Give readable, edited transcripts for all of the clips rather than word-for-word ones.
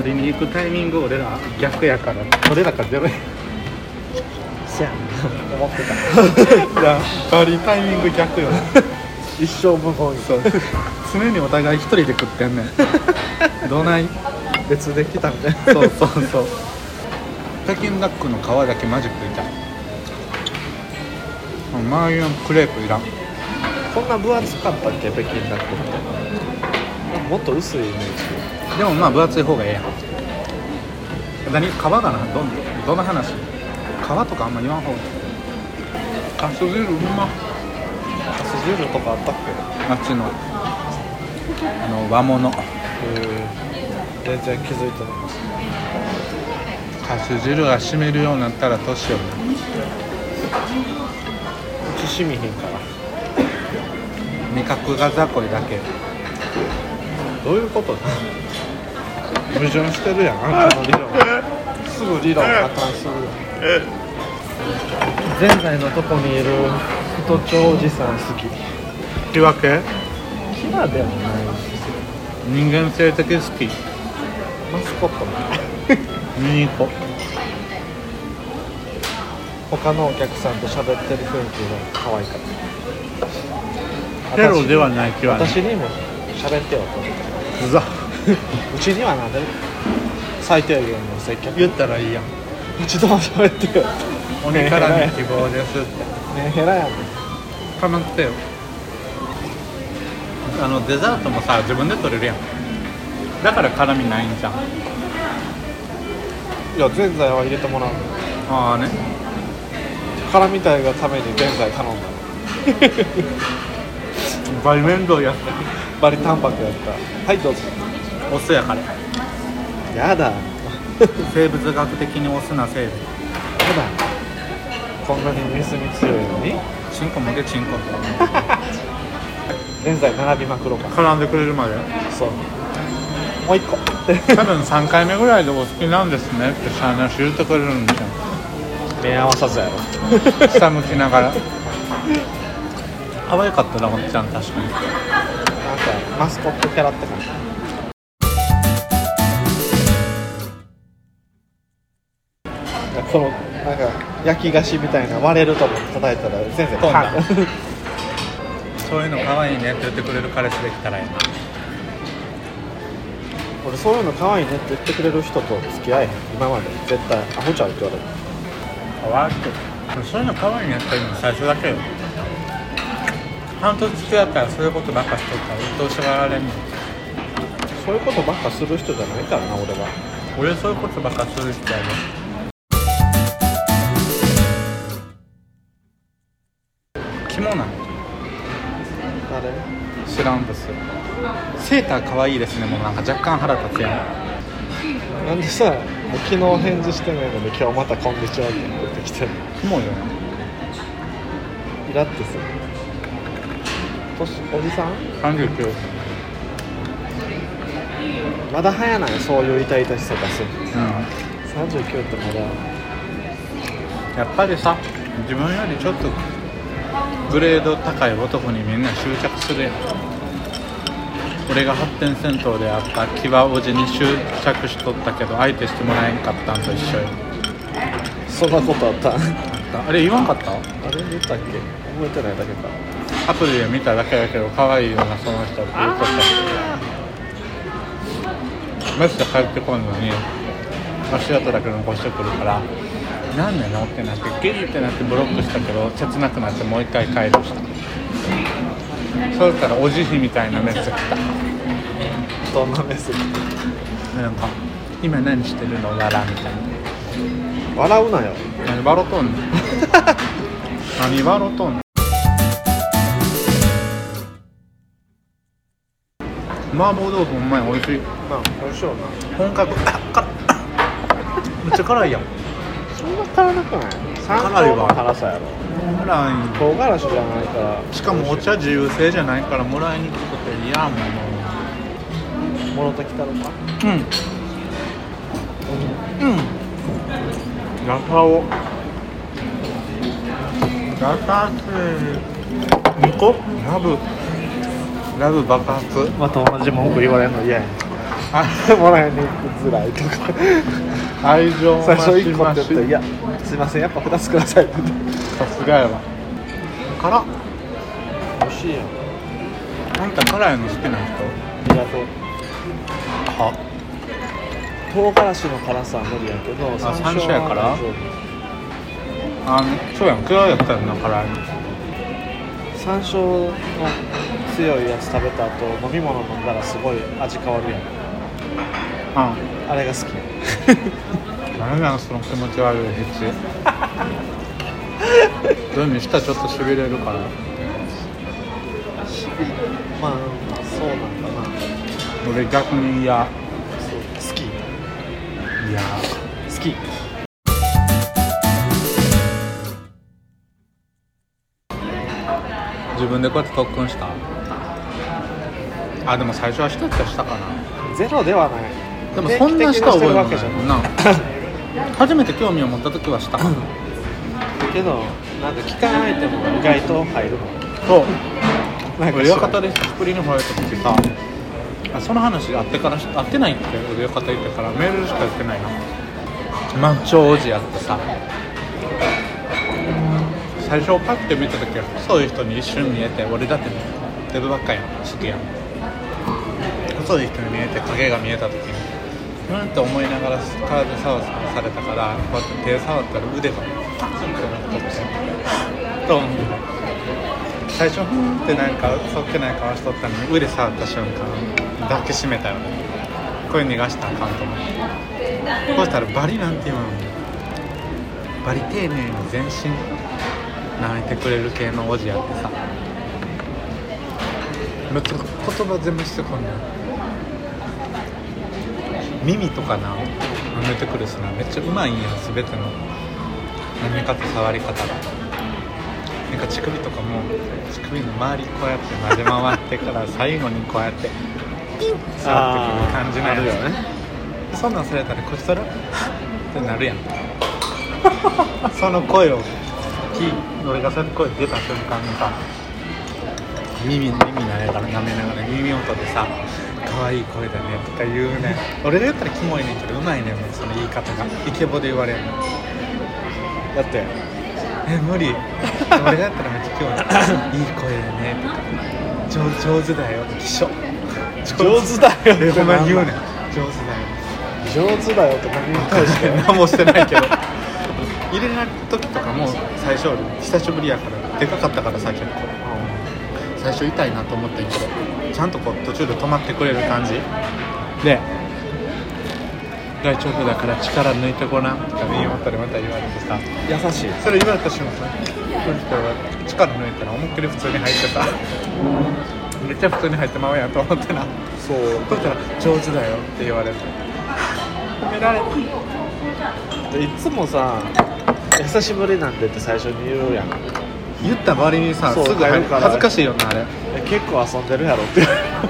釣りに行くタイミング俺ら逆やから取れ高ゼロや。 そやん思ってたやっぱりタイミング逆よ。 一生無言。 そう常にお互い一人で食ってんねん。どない別で来たみたいな。 そうそうそう北京ダックの皮だけマジ食いたい。周りのクレープいらん。 こんな分厚かったっけ北京ダックって。もっと薄いイメージ。 でもまあ分厚い方がええやん。何皮がな、どの話。皮とかあんま言わん方がいい。カス汁うま。 カス汁とかあったっけ。 あっちの和物。 全然気づいてない。 カス汁が染めるようになったら年よな。 うち染みひんから味覚が雑魚いだけ。 どういうことだ。矛盾してるやん、あんたの理論。すぐ理論破綻するやん。前在のとこにいる太長おじさん好き。 引き分け。 キラではない。 人間性的好き。 マスコットも見に行こう。 他のお客さんと喋ってる雰囲気が可愛かった。 テロではない気はね。 私にも喋ってよと思って。 うざ。 うちにはなんで最低限の接客言ったらいいやん。 うちとも喋ってよ。 鬼からの希望ですって。 ねヘラやん。 かまってよ。デザートもさ自分で取れるやん。だから辛みないんじゃん。 いやぜんざいは入れてもらうの。 ああね。 辛みたいがためにぜんざい頼んだの。 バリ面倒やった。 バリ淡白やった。はいどうぞ。 お酢やから。 やだ。 生物学的にお酢なせいで。 やだ。こんなに水に強いのに。 チンコもげチンコ。 ぜんざい並びまくろうか。 絡んでくれるまで。 そう。もう一個。 多分3回目ぐらいでお好きなんですねって話言ってくれるんじゃん。 目合わさずやろ。 下向きながら。可愛かったなおっちゃん確かに。 なんかマスコットキャラって感じ。このなんか焼き菓子みたいな割れると思って叩いたら全然パン。 そういうの可愛いねって言ってくれる彼氏できたらいいな。 俺そういうの可愛いねって言ってくれる人と付き合えへん。今まで絶対アホちゃうって言われる。 可愛い。そういうの可愛いねって言うの最初だけよ。半年付き合ったらそういうことばっかしとったら鬱陶しがられんの。 そういうことばっかする人じゃないからな俺は。 俺そういうことばっかする人やね。キモない。 誰？ 知らんです。セーター可愛いですね。もうなんか若干腹立つやん。 なんでさ、昨日返事してないので今日またこんにちはって言ってきてる。 キモいよな。 イラってする。おじさん 39。 まだ早ないそういう痛々しさ出す。 うん。 39ってまだ。 やっぱりさ、自分よりちょっとグレード高い男にみんな執着するやん。俺が発展戦闘であったキワおじに執着しとったけど相手してもらえんかったんと一緒よ。 そんなことあった？ あれ言わんかった？ あれ言ったっけ？覚えてないだけか。 アプリで見ただけだけど可愛いよなその人って言っとったし。マジで帰ってこんのに足跡だけ残してくるからなんでのってなってゲリってなってブロックしたけど切なくなってもう一回帰るした。そうしたらおじひみたいなメッセージ来た。 どんなメッセージ？ なんか今何してるの笑みたいな。 笑うなよ。 何笑とんねん。何笑とんねん。麻婆豆腐うまい。美味しい。 まあ美味しいよな。 本格。めっちゃ辛いやん。 そんな辛なくない？ 辛いわ。 辛さやろ。 辛い。 唐辛子じゃないから。 しかもお茶自由製じゃないからもらいにくくて嫌もん。 もろときたのか。 うん。ガサオ。ガサツ。2個？ラブ爆発。 また同じ文句言われるの嫌や。 もらいに行くづらいとか愛情最初1個マシマシって言って「いやすいませんやっぱ2つください」って言ってさすがやわ。辛っ。 美味しいやんあんた辛いの好きな人？ 苦手は唐辛子の辛さは無理やけど山椒はやから大丈そうやん、嫌いやったよな、辛いの。 夫山椒の強いやつ食べた後飲み物飲んだらすごい味変わるやんあれが好き何なんその気持ち悪い口どういう意味したらちょっとしびれるから。 まあそうなんかな俺逆に嫌。 そう好きいや好き自分でこうやって特訓した。あ、でも最初は一つはしたかな。 ゼロではないでもそんなした覚えもない定期的にしてるわけじゃもんな初めて興味を持った時はしたかなけどなんか機械相手も意外と入るもんそうなんか俺親方で久しぶりに入った時さあその話あってから会ってないって親方言ってからメールしかやってないな。満潮おじやってさ最初パッて見た時は細い人に一瞬見えて俺だってデブばっかやん好きやん細い人に見えて影が見えた時にうんって思いながら体で触されたからこうやって手触ったら腕がパツンってなったってドンって最初ふんってなんかそっけない顔しとったのに腕触った瞬間抱きしめたよね。声逃がしたらあかんと思う。そうしたらバリなんて言うのバリ丁寧に全身舐めてくれる系のおじやってさめっちゃ言葉全部してこんねん。耳とかな舐めてくるしなめっちゃうまいんや全ての舐め方触り方がなんか乳首とかも乳首の周りこうやって撫で回ってから最後にこうやってピンって触ってくる感じなんあるよねそんなんされたらこっちからってなるやんその声を俺がそうやって声出た瞬間にさ耳なめながら耳元でさ可愛い声だねとか言うね俺が言ったらキモいねんけどうまいねんもうその言い方がイケボで言われるのだって無理俺がやったらめっちゃキモいいい声だねとか上手だよ気象上手だよってほんまに言うねん上手だよ上手だよって何に対して何もしてないけど入れない時とかも最初久しぶりやからでかかったからさ結構最初痛いなと思ったけどちゃんとこう途中で止まってくれる感じで大丈夫だから力抜いてごらんとか言いまたりまた言われてさ優しいそれ言われた瞬間力抜いたら思いっきり普通に入ってさめっちゃ普通に入ってまうやんと思ってなそうそしたら上手だよって言われて褒められていつもさ久しぶりなんでって最初に言うやん言った割にさすそうぐ入るから恥ずかしいよなあれ結構遊んでるやろって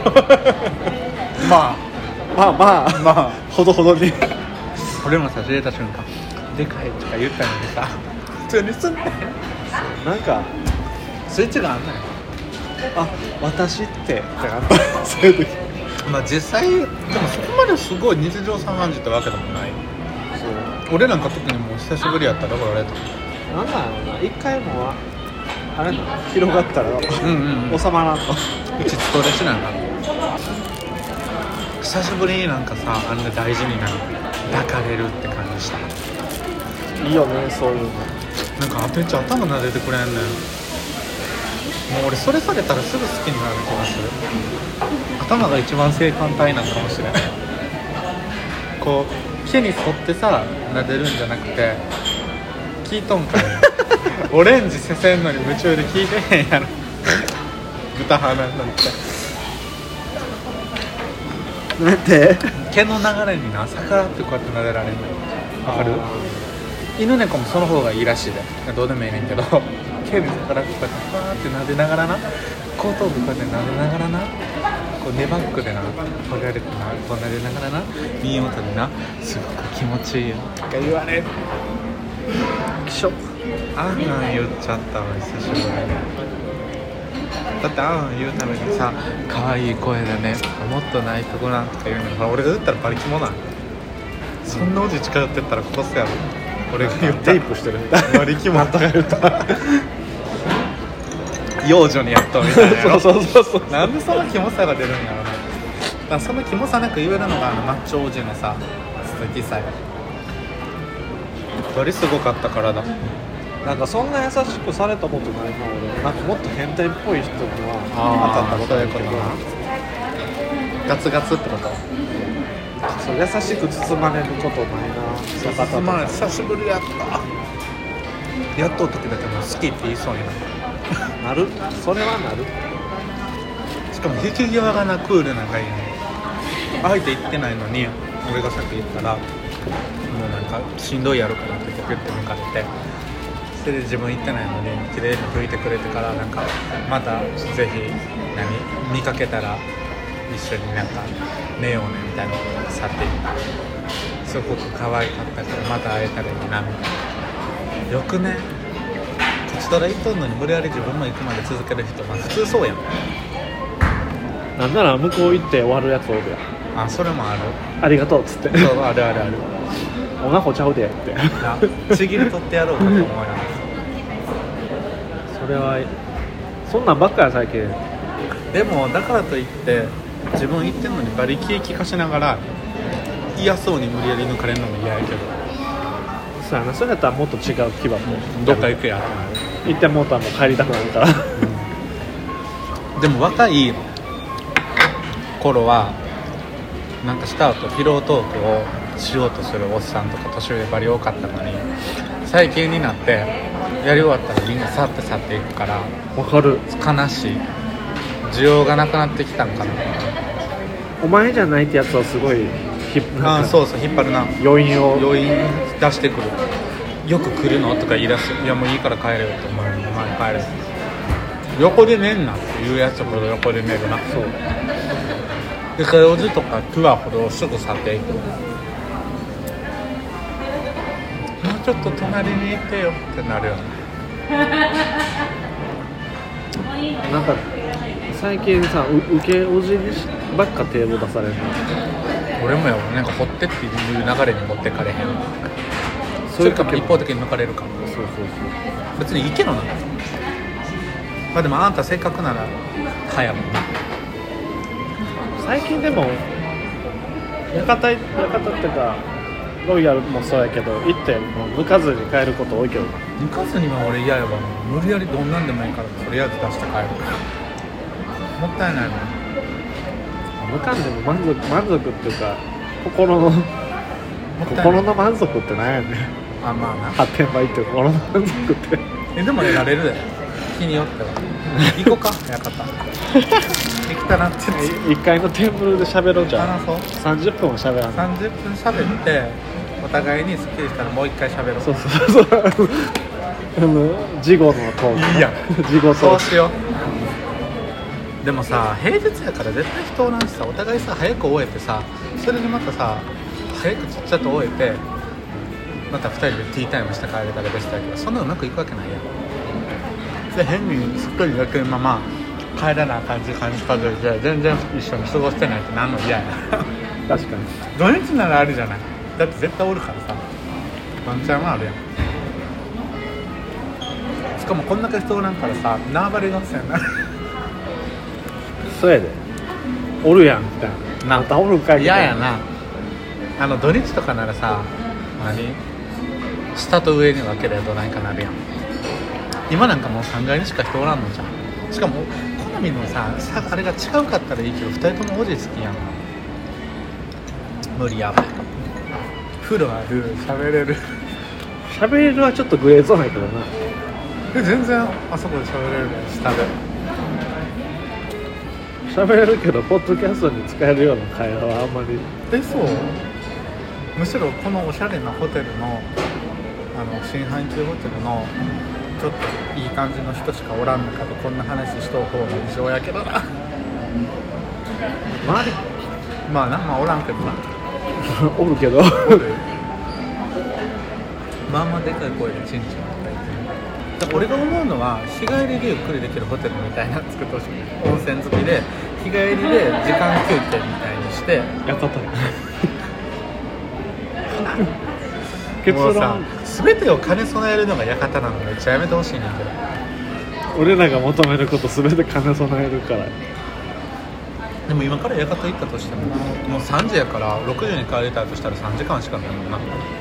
ままあほどほどに俺もさ入れた瞬間でかいとか言ったのにさ普通にすんねんなんかスイッチがあんないあ私ってなったそういう時まあ実際でもそこまですごい日常茶飯事ってわけでもないそう俺なんか特にもう久しぶりやったらこれとなんだろうな一回もあれ広がったら収まらんとうちストレスなんだ久しぶりになんかさあんな大事になる抱かれるって感じしたいいよねそういうのなんかめっちゃ頭撫でてくれんねんもう俺それされたらすぐ好きになる気がする頭が一番性感帯なのかもしれないこう毛に沿ってさ撫でるんじゃなくて聞いとんかいオレンジせせんのに夢中で聞いてへんやろ豚鼻なんてなんて毛の流れにな逆らってこうやって撫でられるのわかる犬猫もその方がいいらしいでどうでもいいねんけど毛に逆らってこうやってファーって撫でながらな後頭部こうやって撫でながらなこうネバックでな剥がれてなこう撫でながらな耳元でなすごく気持ちいいよとか言われるきしょあんなん言っちゃったわ久しぶりにだってあん言うためにさ可愛い声でねもっと泣いてごらんとか言うのに俺が言ったらバリキモない、そんなおじ近寄ってったら殺すやろ俺が言ったテープしてるバリキモとか言った幼女にやっとみたいなやろそうなんでそのキモさが出るんやろな。だからそのキモさなく言えるのがマッチョ王子のさ鈴木さんバリすごかったからだ。 なんかそんな優しくされたことないな俺。なんかもっと変態っぽい人にはあ当たったことあるけど、 ガツガツってことそう優しく包まれることないな。 包まれ久しぶりやったやっとう時だけもう好きって言いそうになるなる、それはなる。 しかも引き際がなクールながいいね。相手言ってないのに俺がさっき言ったらもうなんかしんどいやろかなってピュッて抜かれて、それで自分言ってないのに綺麗に拭いてくれてからなんかまたぜひ見かけたら一緒になんか寝ようねみたいなことで去っていった。すごく可愛かったからまた会えたらいいなみたいな。よくねこちとら行っとんのに無理やり自分も行くまで続ける人、まあ普通そうやん。 なんなら向こう行って終わるやつおるやん。 あ、それもある。 ありがとうっつって。 そうあるあるある。 おなこちゃうでってちぎり取ってやろうかと思うよ。 それはそんなんばっかや最近。 でもだからといって自分言ってんのにバリ気利かしながら嫌そうに無理やり抜かれるのも嫌やけど、 そうやな。それやったらもっと違う気分もどっか行くやってなる。 行ってもうたらもう帰りたくなるからでも若い頃はなんかした後ピロートークをしようとするおっさんとか年上バリ多かったのに、最近になってやり終わったらみんな去って去っていくからわかる。 悲しい。需要がなくなってきたんかな。 お前じゃないってやつはすごいあ、そうそう引っ張るな。 余韻を出してくる。よく来るのとか言い出す。いやもういいから帰れよって思うよ。前帰れ。横で寝んなっていうやつほど横で寝るな。 そうでかいおじとかピュアほどすぐ去っていく。もうちょっと隣にいてよってなるよね。 なんか最近さ受けおじにばっか手を出されるの。 俺もやなんか掘ってっていう流れに持ってかれへん。それかも一方的に抜かれるかも。 そう別にいいけどな。まあでもあんたせっかくなら早もんな。 最近でも館っていうかロイヤルもそうやけど行ってもう抜かずに帰ること多いけどな。 抜かずには俺嫌やわ。無理やりどんなんでもいいからとりあえず出して帰る。もったいないもん。 抜かんでも満足っていうか心の満足ってなんやねん。 あ、まあな。 発展場行って心の満足ってでも得られるで日によっては。行こうか親方。行きたなって 1階のテーブルで喋ろうじゃん。 話そう。 30分も喋らん。 30分喋ってお互いにスッキリしたらもう1回喋ろう。 そう事後のトーク。 いいやん。 事後トーク。 そうしよう。でもさ平日やから絶対人おらんしさ、お互いさ早く終えてさ、それでまたさ早くちっちゃと終えてまた2人でティータイムして帰れたらベストやけど、そんなうまくいくわけないやん。で変にすっかりだけのまま帰らな感じ数えて全然一緒に過ごしてないってなんの嫌や確かに。 土日ならあるじゃない。だって絶対おるからさワンチャンはあるやん。しかもこんだけ人おらんからさ縄張り合戦なそうやでおるやんみたいな。またおるかい嫌やな。土日とかならさ下と上に分ければどないかなるやん。今なんかもう3階にしか人おらんのじゃん。しかも好みのさあれが違うかったらいいけど2人ともおじ好きやん。無理やばいかも。風呂ある喋れるはちょっとグレーゾーンやけどな。 全然あそこで喋れるね。下で喋れるけどポッドキャストに使えるような会話はあんまり。 そう。むしろこのおしゃれなホテルの新阪急ホテルのちょっといい感じの人しかおらんのかとこんな話しとう方が異常やけどな。 周りまあおらんけどなおるけどまあまあでかい声でチンチンとか言ってだから俺が思うのは日帰りでゆっくりできるホテルみたいなの作ってほしい。温泉好きで日帰りで時間休憩みたいにしてやったと結もうさ論全てを兼ね備えるのが館なのめっちゃやめてほしいねんけど。 俺らが求めること全て兼ね備えるから。 でも今から館行ったとしてももう3時やから6時に帰りたいとしたら3時間しかないもんな。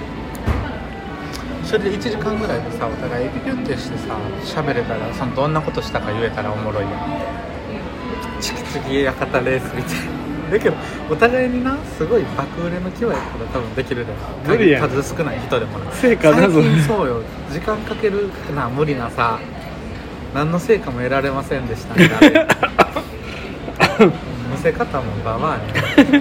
それで1時間ぐらいでさお互いピュッてしてさ喋れたらそのどんなことしたか言えたらおもろいやん。チキチキ館レースみたいな。だけどお互いになすごい爆売れの規模やったら多分できるで。 無理やん数少ない人でもな成果なぞ最近そうよ時間かけるな無理なさ何の成果も得られませんでしたみたいな見せ方もババアね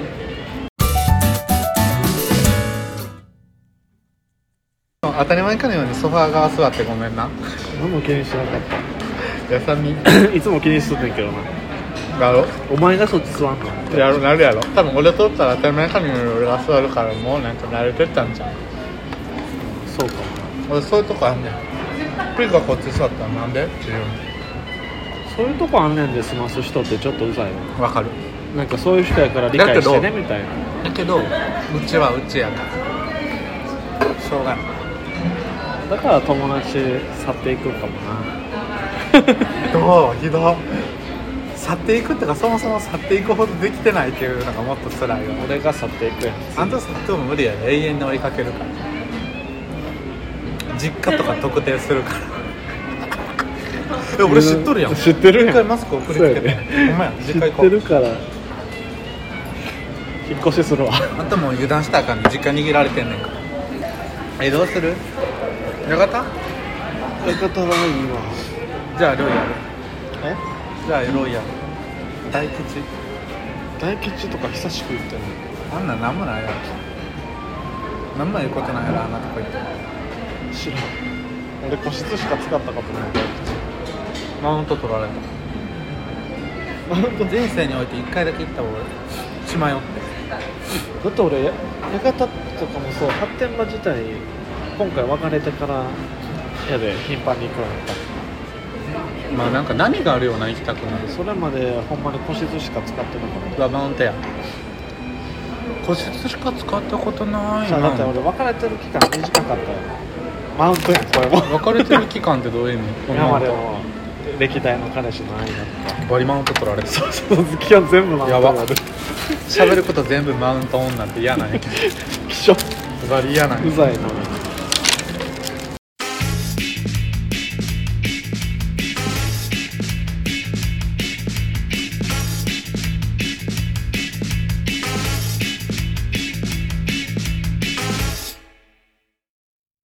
当たり前かのようにソファー側座ってごめんな。 何も気にしなかっやさみたいつも気にしとってんけどな。 だろお前がそっち座んのやろなるやろ。多分俺とったら当たり前かのように俺が座るからもうなんか慣れてったんじゃん。 そうかもな。 俺そういうとこあんねん。プリカこっち座ったらなんでっていうそういうとこあんねんで済ます人ってちょっとうざいわ。 わかる。 なんかそういう人やから理解してねみたいな。 だけどうちはうちやからしょうがない。 だから友達去っていくかもな。 どうひどい。去っていくってかそもそも去っていくほどできてないっていうのがもっと辛いよ。 俺が去っていくやん。 あんた去っても無理やで。永遠に追いかけるから実家とか特定するから俺知っとるやん。 知ってるやん。 一回マスク送りつけて、ほんまや知っ実家行こう。 てるから引っ越しするわ。 あんたもう油断したらあかんね。実家握られてんねんから。どうする？よかった？ 館はいいわ。 じゃあロイヤル。 え？ じゃあロイヤル。大吉。 大吉とか久しく言ってんの。 あんなんなんもないやろ。なんも言うことないやろあんなとこ行って。 知らん。俺個室しか使ったことない大吉。 マウント取られた。 マウント人生において1回だけ行った俺血迷って。 だって俺館とかもそう発展場自体今回別れてからやで頻繁に行くようになった。 まあなんか波があるような行きたくなる。 それまでほんまに個室しか使ってなかった。 マウントや。個室しか使ったことないな。 さあだって俺別れてる期間短かったよ。マウントやんこれも。 別れてる期間ってどういう意味？ 今までの歴代の彼氏の間とか。 バリマウント取られてた。 そうそう付き合い全部マウントやばになる。 喋ること全部マウントオンなんて嫌なんやけど気象バリ嫌なんや。 うざいのに。